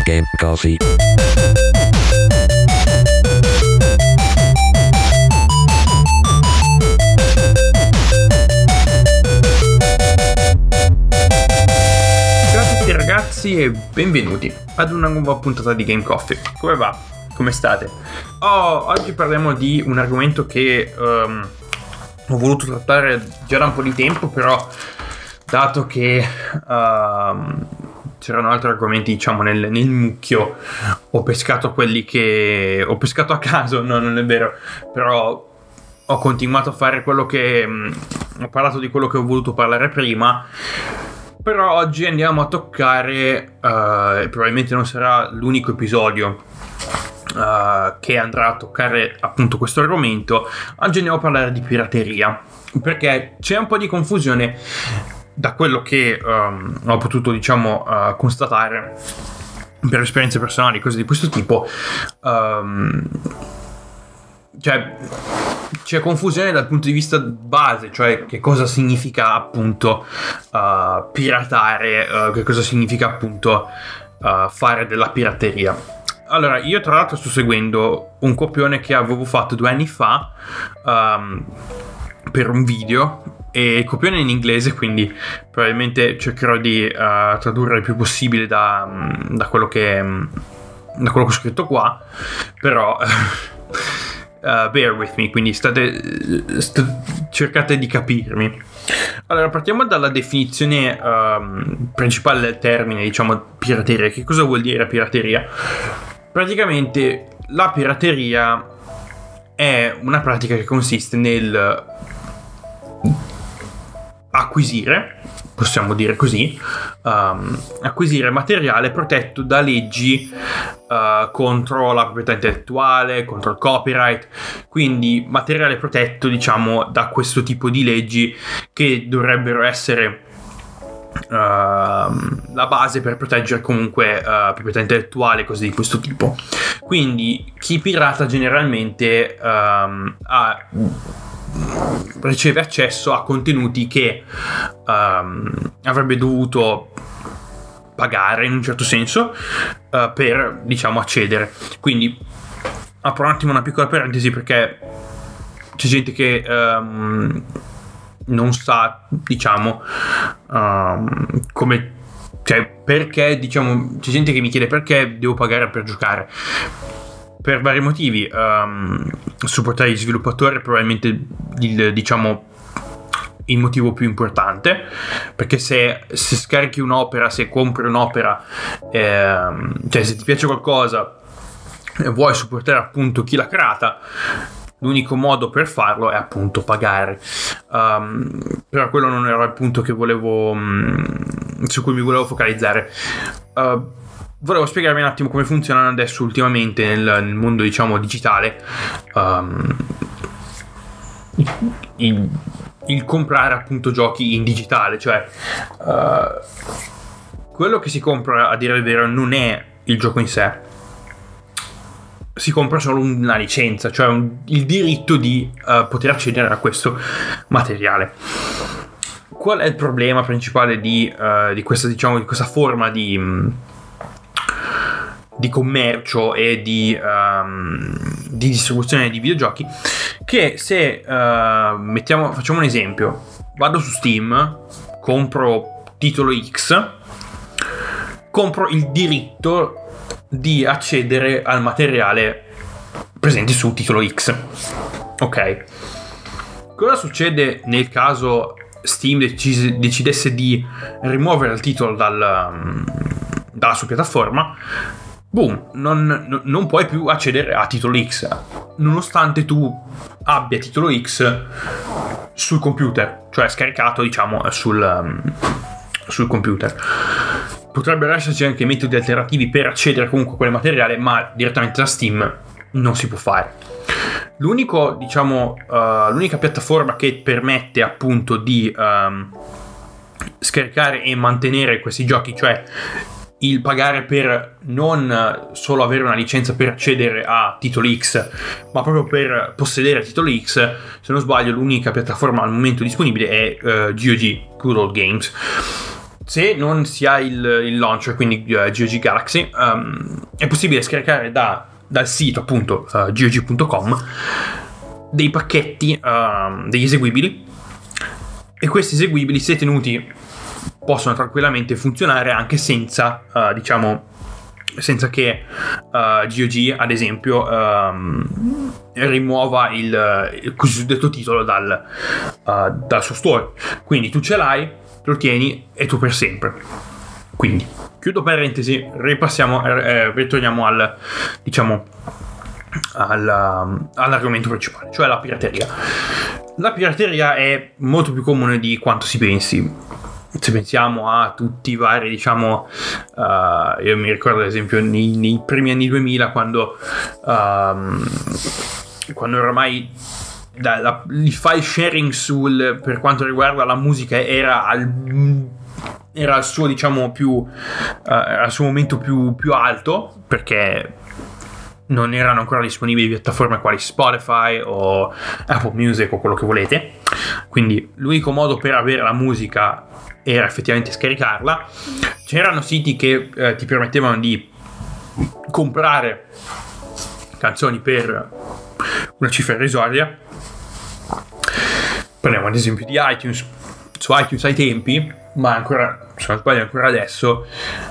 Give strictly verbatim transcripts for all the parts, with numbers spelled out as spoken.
Game Coffee. Ciao a tutti ragazzi e benvenuti ad una nuova puntata di Game Coffee. Come va? Come state? Oh, oggi parliamo di un argomento che um, ho voluto trattare già da un po' di tempo, però dato che um, c'erano altri argomenti, diciamo, nel, nel mucchio, ho pescato quelli che ho pescato a caso, no, non è vero, però ho continuato a fare quello che um, ho parlato di quello che ho voluto parlare prima. Però oggi andiamo a toccare, uh, e probabilmente non sarà l'unico episodio uh, che andrà a toccare appunto questo argomento. Oggi andiamo a parlare di pirateria, perché c'è un po' di confusione da quello che um, ho potuto, diciamo, uh, constatare per esperienze personali, cose di questo tipo. Um, cioè c'è confusione dal punto di vista base, cioè che cosa significa appunto uh, piratare, uh, che cosa significa appunto uh, fare della pirateria. Allora, io tra l'altro sto seguendo un copione che avevo fatto due anni fa um, per un video, e il copione è in inglese, quindi probabilmente cercherò di uh, tradurre il più possibile da, da quello che da quello che ho scritto qua, però Uh, bear with me, quindi state, st- cercate di capirmi. Allora, partiamo dalla definizione um, principale del termine, diciamo, pirateria. Che cosa vuol dire pirateria? Praticamente la pirateria è una pratica che consiste nel acquisire, possiamo dire così, um, acquisire materiale protetto da leggi uh, contro la proprietà intellettuale, contro il copyright, quindi materiale protetto, diciamo, da questo tipo di leggi che dovrebbero essere uh, la base per proteggere comunque uh, proprietà intellettuale, cose di questo tipo. Quindi chi pirata generalmente um, ha riceve accesso a contenuti che um, avrebbe dovuto pagare in un certo senso uh, per, diciamo, accedere. Quindi apro un attimo una piccola parentesi, perché c'è gente che um, non sa, diciamo, um, come, cioè perché, diciamo, c'è gente che mi chiede perché devo pagare per giocare. Per vari motivi. Um, supportare gli sviluppatori probabilmente il, diciamo, il motivo più importante, perché se, se scarichi un'opera, se compri un'opera, ehm, cioè se ti piace qualcosa e vuoi supportare appunto chi l'ha creata, l'unico modo per farlo è appunto pagare. Um, però quello non era il punto che volevo um, su cui mi volevo focalizzare. Uh, Volevo spiegarvi un attimo come funzionano adesso ultimamente nel, nel mondo, diciamo, digitale, um, il, il comprare appunto giochi in digitale. Cioè uh, quello che si compra, a dire il vero, non è il gioco in sé, si compra solo una licenza, cioè un, il diritto di uh, poter accedere a questo materiale. Qual è il problema principale di, uh, di questa, diciamo, di questa forma di di commercio e di, um, di distribuzione di videogiochi? Che se uh, mettiamo, facciamo un esempio, vado su Steam, compro titolo X, compro il diritto di accedere al materiale presente su titolo X. Ok, cosa succede nel caso Steam decis- decidesse di rimuovere il titolo dal, dalla sua piattaforma? Boom, non, non puoi più accedere a titolo X, nonostante tu abbia titolo X sul computer, cioè scaricato, diciamo, sul, um, sul computer. Potrebbero esserci anche metodi alternativi per accedere comunque a quel materiale, ma direttamente da Steam non si può fare. L'unico, diciamo, uh, l'unica piattaforma che permette appunto di um, scaricare e mantenere questi giochi, cioè il pagare per non solo avere una licenza per accedere a titoli X, ma proprio per possedere titoli X, se non sbaglio l'unica piattaforma al momento disponibile è uh, G O G, Good Old Games. se non si ha il, il launcher, quindi uh, G O G Galaxy, um, è possibile scaricare da, dal sito appunto uh, G O G punto com dei pacchetti, uh, degli eseguibili, e questi eseguibili, se tenuti, possono tranquillamente funzionare anche senza uh, diciamo senza che uh, G O G ad esempio um, rimuova il, il cosiddetto titolo dal, uh, dal suo store. Quindi tu ce l'hai, lo tieni e tu per sempre. Quindi chiudo parentesi, ripassiamo, eh, ritorniamo al diciamo al, all'argomento principale, cioè la pirateria. La pirateria è molto più comune di quanto si pensi. Se pensiamo a tutti i vari, diciamo, uh, io mi ricordo ad esempio nei, nei primi anni duemila, quando um, quando oramai da, la, il file sharing sul, per quanto riguarda la musica era al era al suo diciamo più uh, al suo momento più, più alto, perché non erano ancora disponibili piattaforme quali Spotify o Apple Music o quello che volete. Quindi l'unico modo per avere la musica era effettivamente scaricarla. C'erano siti che eh, ti permettevano di comprare canzoni per una cifra irrisoria. Parliamo ad esempio di iTunes. Su iTunes ai tempi, ma ancora, se non sbaglio ancora adesso,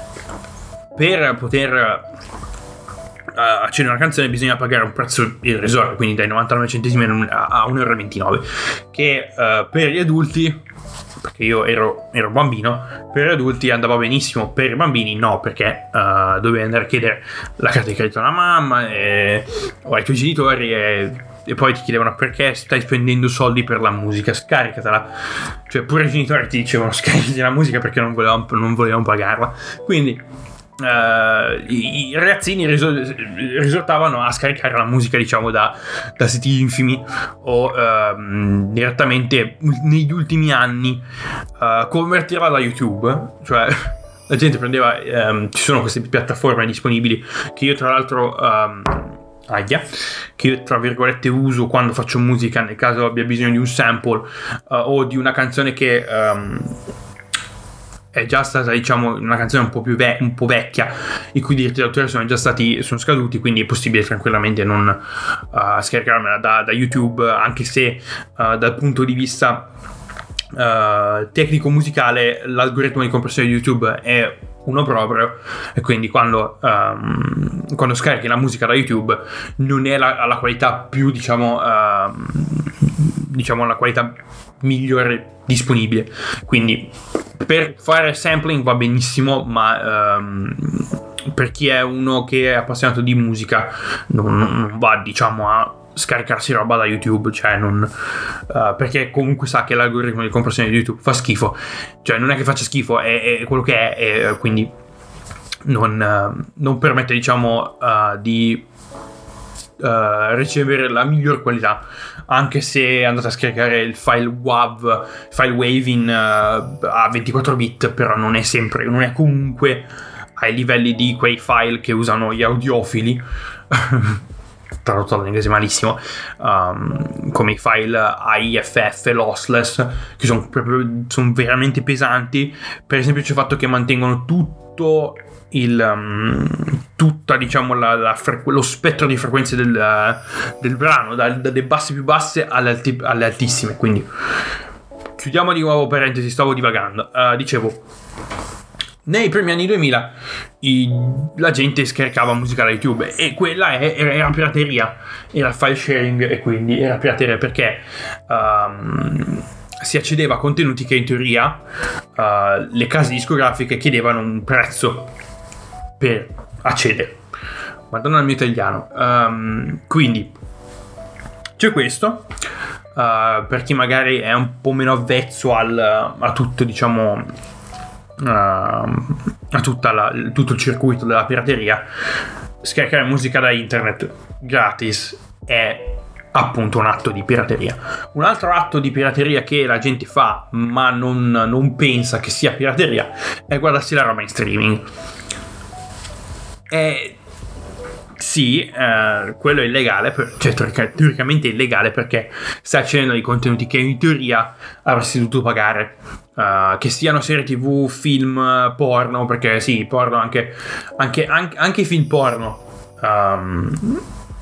per poter Uh, accedere a una canzone bisogna pagare un prezzo irrisorio, quindi dai novantanove centesimi a uno virgola ventinove, che uh, per gli adulti, perché io ero, ero bambino, per gli adulti andava benissimo, per i bambini no, perché uh, dovevi andare a chiedere la carta di credito alla mamma e, o ai tuoi genitori e, e poi ti chiedevano perché stai spendendo soldi per la musica, scaricatela. Cioè pure i genitori ti dicevano scaricati la musica perché non volevano, non volevano pagarla. Quindi Uh, i, i ragazzini risol- risortavano a scaricare la musica diciamo da, da siti infimi o uh, direttamente negli ultimi anni uh, convertirla da YouTube. Cioè la gente prendeva um, ci sono queste piattaforme disponibili che io tra l'altro um, aia, che io tra virgolette uso quando faccio musica nel caso abbia bisogno di un sample uh, o di una canzone che um, è già stata diciamo una canzone un po' più ve- un po' vecchia, i cui diritti d'autore sono già stati sono scaduti, quindi è possibile tranquillamente non uh, scaricarmela da, da YouTube, anche se uh, dal punto di vista uh, tecnico musicale l'algoritmo di compressione di YouTube è uno proprio, e quindi quando um, quando scarichi la musica da YouTube non è la, la qualità più diciamo uh, diciamo la qualità migliore disponibile. Quindi per fare sampling va benissimo, ma um, per chi è uno che è appassionato di musica non, non va diciamo a scaricarsi roba da YouTube, cioè non uh, perché comunque sa che l'algoritmo di compressione di YouTube fa schifo, cioè non è che faccia schifo, è, è quello che è, e quindi non, uh, non permette diciamo uh, di Uh, ricevere la miglior qualità, anche se andate a scaricare il file WAV, file WAV in, uh, a ventiquattro bit, però non è sempre, non è comunque ai livelli di quei file che usano gli audiofili tradotto all'inglese malissimo, um, come i file A I F F lossless, che sono proprio sono veramente pesanti, per il semplice fatto che mantengono tutto il um, tutta diciamo la, la frequ- lo spettro di frequenze del, uh, del brano, dalle da basse più basse alle, alti- alle altissime. Quindi chiudiamo di nuovo parentesi, stavo divagando. Uh, dicevo, nei primi anni duemila i, la gente scaricava musica da YouTube e quella è, era, era pirateria, era file sharing, e quindi era pirateria perché um, si accedeva a contenuti che in teoria uh, le case discografiche chiedevano un prezzo per accedere. Madonna il mio italiano. Um, quindi c'è questo. Uh, per chi magari è un po' meno avvezzo al, a tutto diciamo uh, a tutta la, tutto il circuito della pirateria, scaricare musica da internet gratis è appunto un atto di pirateria. Un altro atto di pirateria che la gente fa ma non, non pensa che sia pirateria è guardarsi la roba in streaming. E sì, eh, quello è illegale, per, cioè teorica, teoricamente è illegale perché stai accedendo ai contenuti che in teoria avresti dovuto pagare, uh, che siano serie tv, film, porno, perché sì, porno anche, anche, anche, anche i film porno um,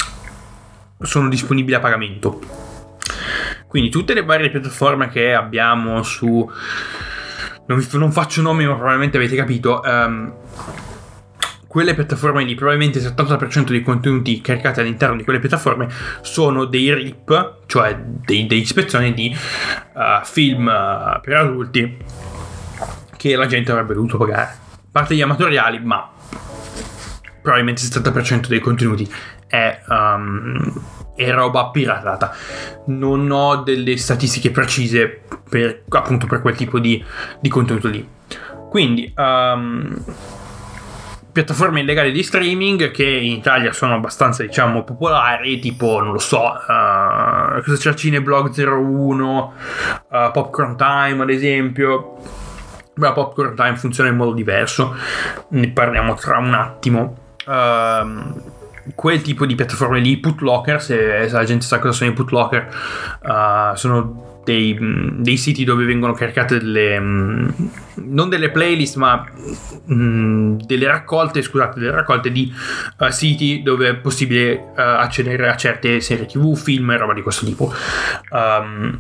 sono disponibili a pagamento. Quindi tutte le varie piattaforme che abbiamo su, non, non faccio nomi ma probabilmente avete capito, um, quelle piattaforme lì, probabilmente il settanta per cento dei contenuti caricati all'interno di quelle piattaforme sono dei R I P, cioè dei, dei ispezioni di uh, film uh, per adulti che la gente avrebbe dovuto pagare. A parte gli amatoriali, ma probabilmente il settanta per cento dei contenuti è, um, è roba piratata. Non ho delle statistiche precise per, appunto, per quel tipo di, di contenuto lì. Quindi um, piattaforme illegali di streaming che in Italia sono abbastanza, diciamo, popolari, tipo, non lo so, uh, cosa c'è, Cineblog zero uno, uh, Popcorn Time ad esempio. Beh, Popcorn Time funziona in modo diverso, ne parliamo tra un attimo. Uh, quel tipo di piattaforme lì, Putlocker, se, se la gente sa cosa sono i Putlocker, uh, sono Dei, dei siti dove vengono caricate delle, non delle playlist ma mh, delle raccolte, scusate, delle raccolte di uh, siti dove è possibile uh, accedere a certe serie tv, film e roba di questo tipo. Um,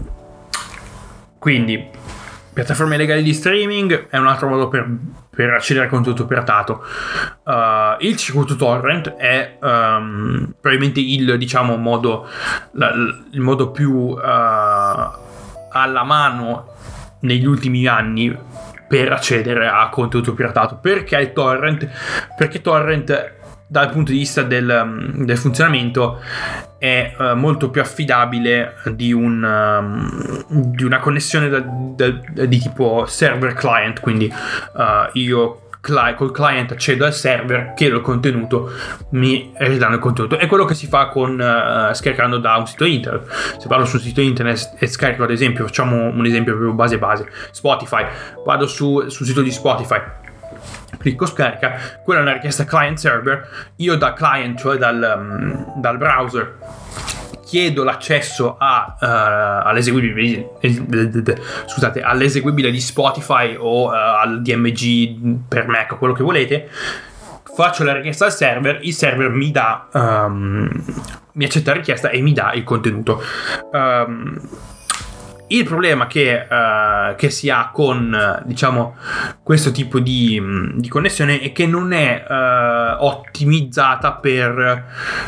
quindi piattaforme legali di streaming è un altro modo per, per accedere al contenuto piratato. Uh, il circuito torrent è um, probabilmente il, diciamo, modo la, il modo più uh, alla mano negli ultimi anni per accedere a contenuto piratato. Perché il torrent? Perché torrent dal punto di vista del, del funzionamento è uh, molto più affidabile di, un, um, di una connessione da, da, di tipo server client. Quindi uh, io col client accedo al server, chiedo il contenuto, mi ridanno il contenuto. È quello che si fa con uh, scaricando da un sito internet. Se vado su un sito internet e scarico, ad esempio, facciamo un esempio proprio base base, Spotify, vado su, sul sito di Spotify, clicco scarica, quella è una richiesta client server, io da client, cioè dal, um, dal browser, chiedo l'accesso a, uh, all'eseguibile, scusate, all'eseguibile di Spotify o uh, al D M G per Mac o quello che volete, faccio la richiesta al server, il server mi dà, um, mi accetta la richiesta e mi dà il contenuto. Um, il problema che, uh, che si ha con, diciamo, questo tipo di, di connessione è che non è uh, ottimizzata per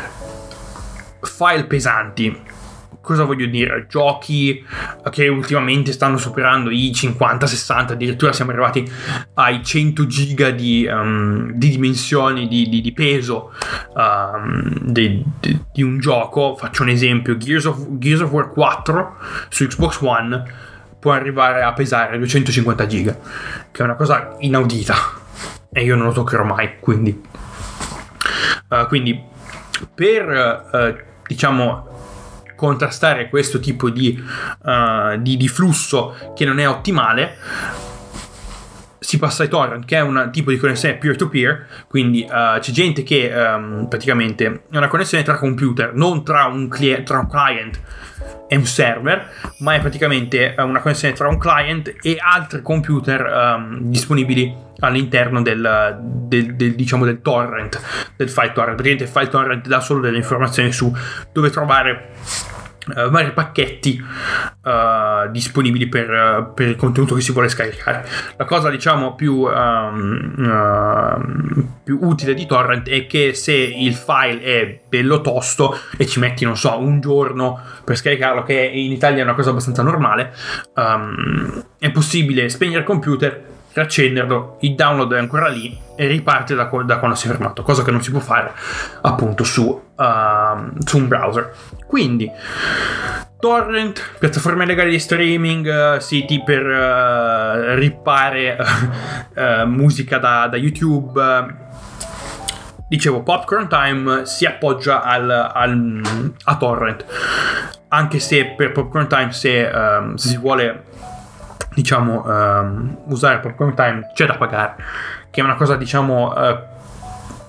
file pesanti. Cosa voglio dire? Giochi che ultimamente stanno superando i cinquanta sessanta, addirittura siamo arrivati ai cento giga di, um, di dimensioni, di, di, di peso um, di, di, di un gioco. Faccio un esempio: Gears of, Gears of War quattro su Xbox One può arrivare a pesare duecentocinquanta giga, che è una cosa inaudita e io non lo toccherò mai. Quindi uh, quindi per uh, diciamo contrastare questo tipo di, uh, di, di flusso che non è ottimale, si passa ai torrent, che è un tipo di connessione peer-to-peer. Quindi uh, c'è gente che um, praticamente è una connessione tra computer, non tra un, cli- tra un client e un server, ma è praticamente una connessione tra un client e altri computer um, disponibili all'interno del, del, del, diciamo, del torrent, del file torrent. Praticamente il file torrent dà solo delle informazioni su dove trovare uh, vari pacchetti uh, disponibili per, uh, per il contenuto che si vuole scaricare. La cosa, diciamo, più, um, uh, più utile di torrent è che se il file è bello tosto e ci metti, non so, un giorno per scaricarlo, che in Italia è una cosa abbastanza normale, um, è possibile spegnere il computer, accenderlo, il download è ancora lì e riparte da, da quando si è fermato, cosa che non si può fare appunto su, uh, su un browser. Quindi torrent, piattaforme legali di streaming, uh, siti per uh, rippare uh, uh, musica da, da YouTube. Uh, dicevo, Popcorn Time si appoggia al, al, a torrent, anche se per Popcorn Time se, um, se si vuole, diciamo, um, usare Popcorn Time c'è da pagare, che è una cosa, diciamo, uh,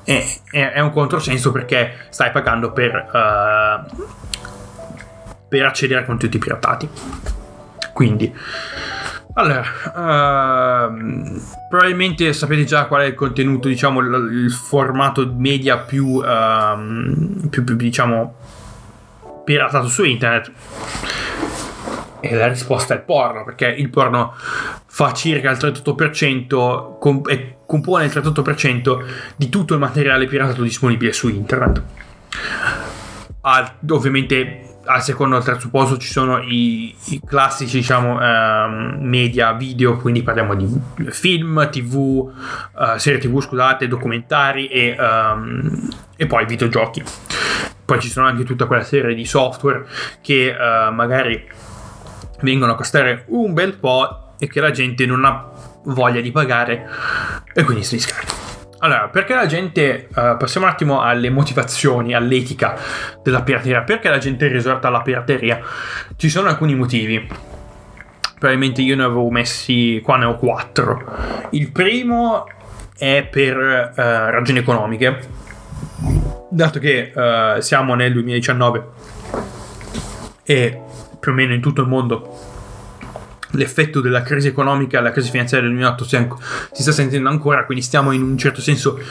è, è, è un controsenso, perché stai pagando per uh, per accedere a contenuti piratati. Quindi allora uh, probabilmente sapete già qual è il contenuto, diciamo il, il formato media più, uh, più più diciamo piratato su internet. E la risposta è il porno, perché il porno fa circa il trentotto per cento comp- e compone il trentotto per cento di tutto il materiale piratato disponibile su internet. Al, ovviamente al secondo e al terzo posto ci sono i, i classici, diciamo, ehm, media video, quindi parliamo di film, tv, eh, serie tv, scusate, documentari e, ehm, e poi videogiochi. Poi ci sono anche tutta quella serie di software che eh, magari vengono a costare un bel po' e che la gente non ha voglia di pagare e quindi si riscarta. Allora, perché la gente, uh, passiamo un attimo alle motivazioni, all'etica della pirateria. Perché la gente risorta alla pirateria? Ci sono alcuni motivi. Probabilmente io ne avevo messi, qua ne ho quattro. Il primo è per uh, ragioni economiche, dato che uh, siamo nel duemiladiciannove e più o meno in tutto il mondo l'effetto della crisi economica, la crisi finanziaria del duemilaotto si, anco, si sta sentendo ancora, quindi stiamo in un certo senso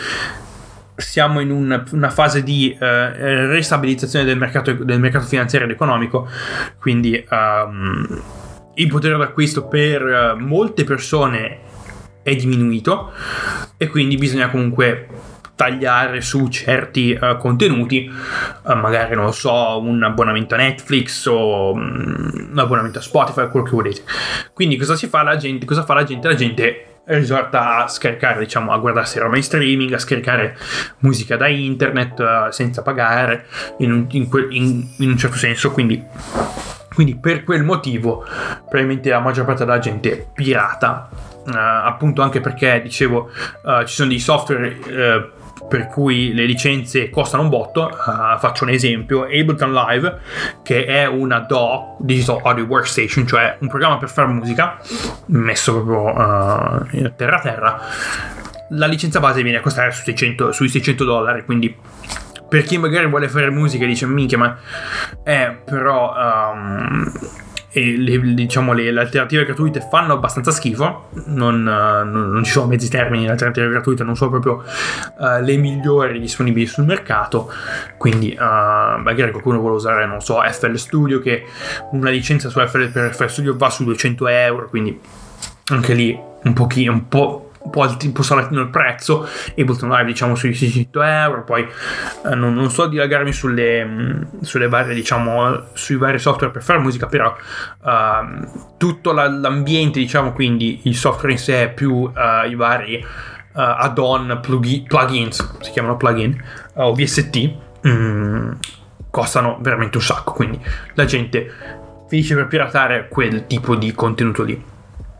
siamo in una, una fase di uh, ristabilizzazione del mercato, del mercato finanziario ed economico, quindi um, il potere d'acquisto per uh, molte persone è diminuito e quindi bisogna comunque tagliare su certi uh, contenuti, uh, magari non lo so, un abbonamento a Netflix o um, un abbonamento a Spotify, quello che volete. Quindi cosa si fa la gente? Cosa fa la gente? La gente risorta a scaricare, diciamo, a guardarsi roba in streaming, a scaricare musica da internet uh, senza pagare, in un, in, que- in, in un certo senso. Quindi, quindi per quel motivo probabilmente la maggior parte della gente pirata, uh, appunto anche perché dicevo uh, ci sono dei software uh, per cui le licenze costano un botto. Uh, faccio un esempio: Ableton Live, che è una D A W, Digital Audio Workstation, cioè un programma per fare musica messo proprio uh, terra a terra. La licenza base viene a costare su seicento, sui seicento dollari, quindi per chi magari vuole fare musica e dice minchia, ma eh, però um, e le, diciamo le, le alternative gratuite fanno abbastanza schifo, non, uh, non, non ci sono mezzi termini, le alternative gratuite non sono proprio uh, le migliori disponibili sul mercato, quindi uh, magari qualcuno vuole usare, non so, F L Studio, che una licenza su F L, per F L Studio va su duecento euro, quindi anche lì un pochino, un po' un po', il, un po' salatino il prezzo. Ableton Live diciamo sui seicento euro. Poi eh, non, non so dilagarmi sulle, mh, sulle varie, diciamo, sui vari software per fare musica, però uh, tutto la, l'ambiente, diciamo, quindi il software in sé più uh, i vari uh, add-on, plugin, plugins, si chiamano plugin, uh, O B S T, mh, costano veramente un sacco, quindi la gente finisce per piratare quel tipo di contenuto lì.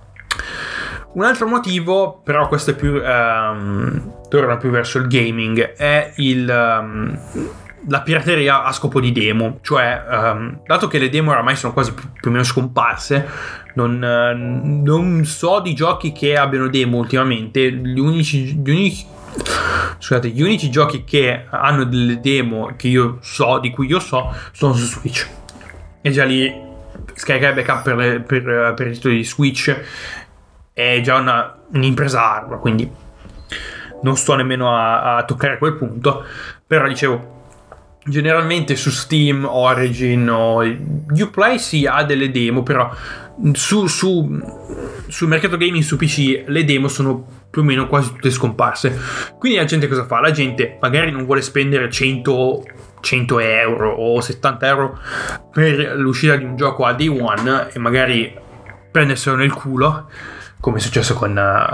Un altro motivo, però questo è più um, torna più verso il gaming, è il um, la pirateria a scopo di demo. Cioè um, dato che le demo oramai sono quasi più, più o meno scomparse, non, uh, non so di giochi che abbiano demo ultimamente. Gli unici, gli unici scusate gli unici giochi che hanno delle demo che io so, di cui io so, sono su Switch, e già lì scaricare backup per, le, per, per i titoli di Switch è già una, un'impresa ardua, quindi non sto nemmeno a, a toccare quel punto. Però dicevo, generalmente su Steam, Origin o Uplay si ha delle demo, però su, su, sul mercato gaming su P C le demo sono più o meno quasi tutte scomparse. Quindi la gente cosa fa? La gente magari non vuole spendere cento euro o settanta euro per l'uscita di un gioco a day one e magari prenderselo nel culo, come è successo con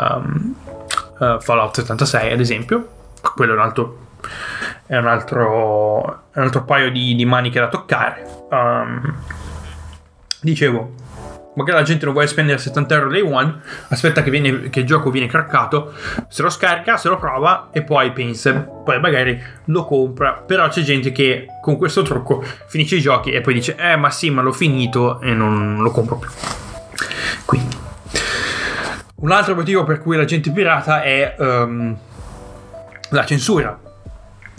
uh, uh, Fallout settantasei ad esempio. Quello è un altro è un altro è un altro paio di, di maniche da toccare. Um, dicevo, magari la gente non vuole spendere settanta euro day one, aspetta che, viene, che il gioco viene craccato, se lo scarica, se lo prova e poi pensa, poi magari lo compra. Però c'è gente che con questo trucco finisce i giochi e poi dice eh ma sì, ma l'ho finito e non lo compro più. Quindi un altro motivo per cui la gente pirata è um, la censura.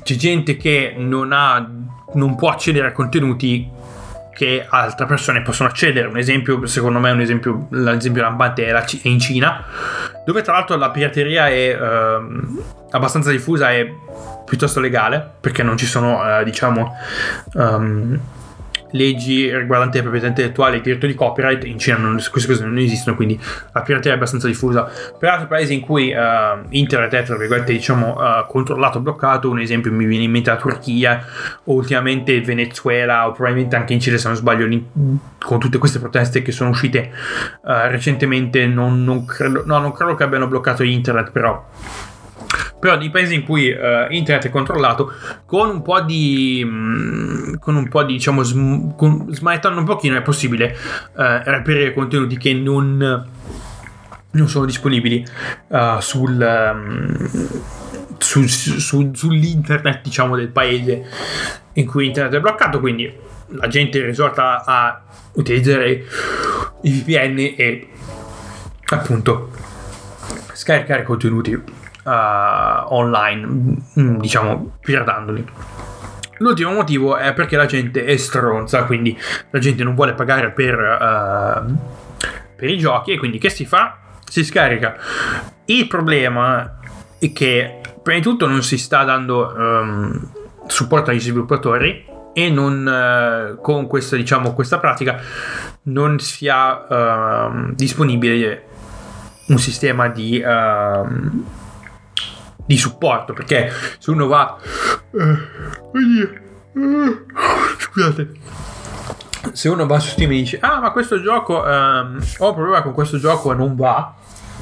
c'è gente che non ha non può accedere a contenuti che altre persone possono accedere. Un esempio, secondo me, un esempio, l'esempio lampante è, la, è in Cina, dove tra l'altro la pirateria è ehm, abbastanza diffusa e piuttosto legale, perché non ci sono eh, diciamo um, leggi riguardanti la proprietà intellettuale e il diritto di copyright. In Cina non, queste cose non esistono, quindi la pirateria è abbastanza diffusa. Per altri paesi in cui uh, internet è tra virgolette diciamo uh, controllato, bloccato, un esempio mi viene in mente la Turchia o ultimamente il Venezuela, o probabilmente anche in Cile se non sbaglio, con tutte queste proteste che sono uscite uh, recentemente. Non, non credo no non credo che abbiano bloccato internet, però però nei paesi in cui uh, internet è controllato, con un po' di mh, con un po' di diciamo sm- con, smanettando un pochino, è possibile uh, reperire contenuti che non non sono disponibili uh, sul, um, sul, su, sull'internet diciamo del paese in cui internet è bloccato. Quindi la gente risorta a utilizzare i V P N e appunto scaricare contenuti Uh, online, diciamo piratandoli. L'ultimo motivo è perché la gente è stronza, quindi la gente non vuole pagare per, uh, per i giochi, e quindi che si fa? Si scarica. Il problema è che prima di tutto non si sta dando um, supporto agli sviluppatori, e non uh, con questa diciamo questa pratica non si ha uh, disponibile un sistema di uh, di supporto, perché se uno va scusate se uno va su Steam e dice ah ma questo gioco um, ho un problema con questo gioco e non va,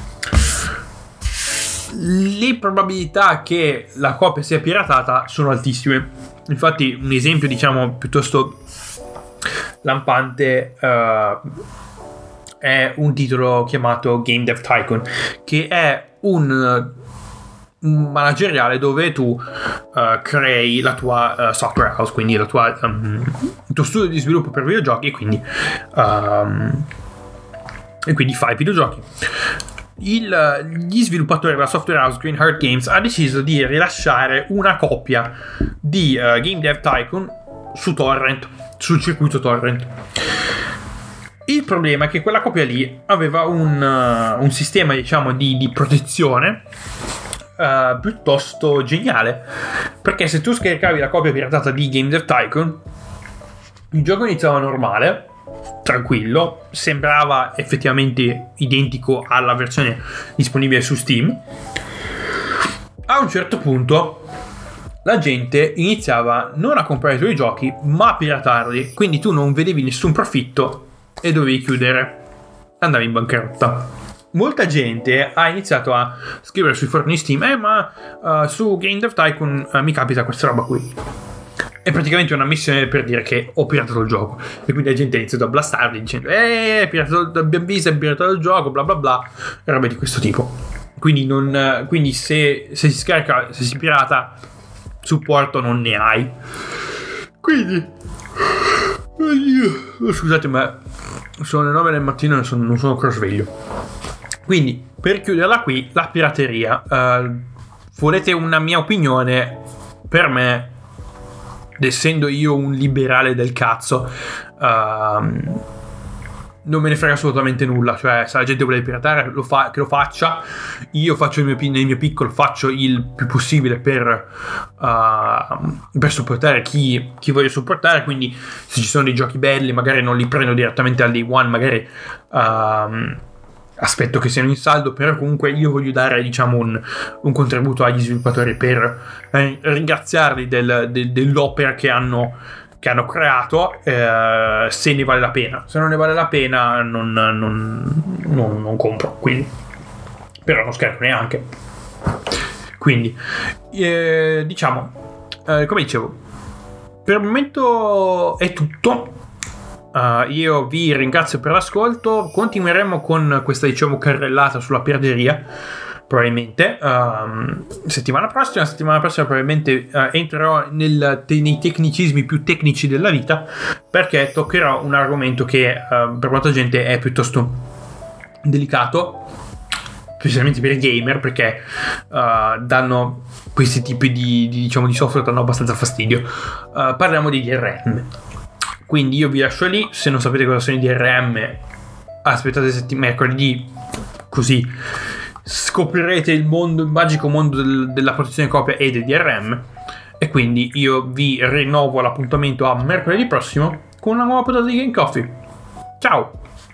le probabilità che la copia sia piratata sono altissime. Infatti un esempio diciamo piuttosto lampante uh, è un titolo chiamato Game Dev Tycoon, che è un manageriale dove tu uh, crei la tua uh, software house, quindi la tua, um, il tuo studio di sviluppo per videogiochi, e quindi um, e quindi fai videogiochi. Il, gli sviluppatori della software house Greenheart Games ha deciso di rilasciare una copia di uh, Game Dev Tycoon su torrent, sul circuito torrent. Il problema è che quella copia lì aveva un, uh, un sistema diciamo di, di protezione Uh, piuttosto geniale, perché se tu scaricavi la copia piratata di Game Dev Tycoon, il gioco iniziava normale, tranquillo, sembrava effettivamente identico alla versione disponibile su Steam. A un certo punto la gente iniziava non a comprare i tuoi giochi ma a piratarli, quindi tu non vedevi nessun profitto e dovevi chiudere, andavi in bancarotta. Molta gente ha iniziato a scrivere sui forni Steam eh ma uh, su Game Dev Tycoon uh, mi capita questa roba qui. È praticamente una missione per dire che ho piratato il gioco, e quindi la gente ha iniziato a blastarli dicendo eh piratato, abbiamo visto, è piratato il gioco, bla bla bla, e robe di questo tipo. Quindi non uh, quindi se, se si scarica, se si pirata, supporto non ne hai. Quindi oddio, scusate ma sono le nove del mattino e non sono, non sono ancora sveglio. Quindi, per chiuderla qui, la pirateria, uh, volete una mia opinione? Per me, essendo io un liberale del cazzo, uh, non me ne frega assolutamente nulla. Cioè, se la gente vuole piratare, lo fa, che lo faccia. Io faccio il mio, nel mio piccolo, faccio il più possibile per, uh, per supportare chi, chi voglio supportare. Quindi, se ci sono dei giochi belli, magari non li prendo direttamente al day one, magari Uh, aspetto che siano in saldo, però comunque io voglio dare diciamo un, un contributo agli sviluppatori per eh, ringraziarli del, del, dell'opera che hanno, che hanno creato, eh, se ne vale la pena. Se non ne vale la pena non, non, non, non compro, quindi però non scarico neanche. Quindi eh, diciamo eh, come dicevo, per il momento è tutto. Uh, io vi ringrazio per l'ascolto. Continueremo con questa diciamo carrellata sulla pirateria probabilmente um, settimana prossima settimana prossima probabilmente uh, entrerò nel, te, nei tecnicismi più tecnici della vita, perché toccherò un argomento che uh, per molta gente è piuttosto delicato, specialmente per i gamer, perché uh, danno questi tipi di, di, diciamo, di software danno abbastanza fastidio. Uh, parliamo di D R M. Quindi io vi lascio lì. Se non sapete cosa sono i D R M, aspettate setti- mercoledì, così scoprirete il mondo, il magico mondo del, della protezione copia e del D R M. E quindi io vi rinnovo l'appuntamento a mercoledì prossimo con una nuova puntata di Game Coffee. Ciao!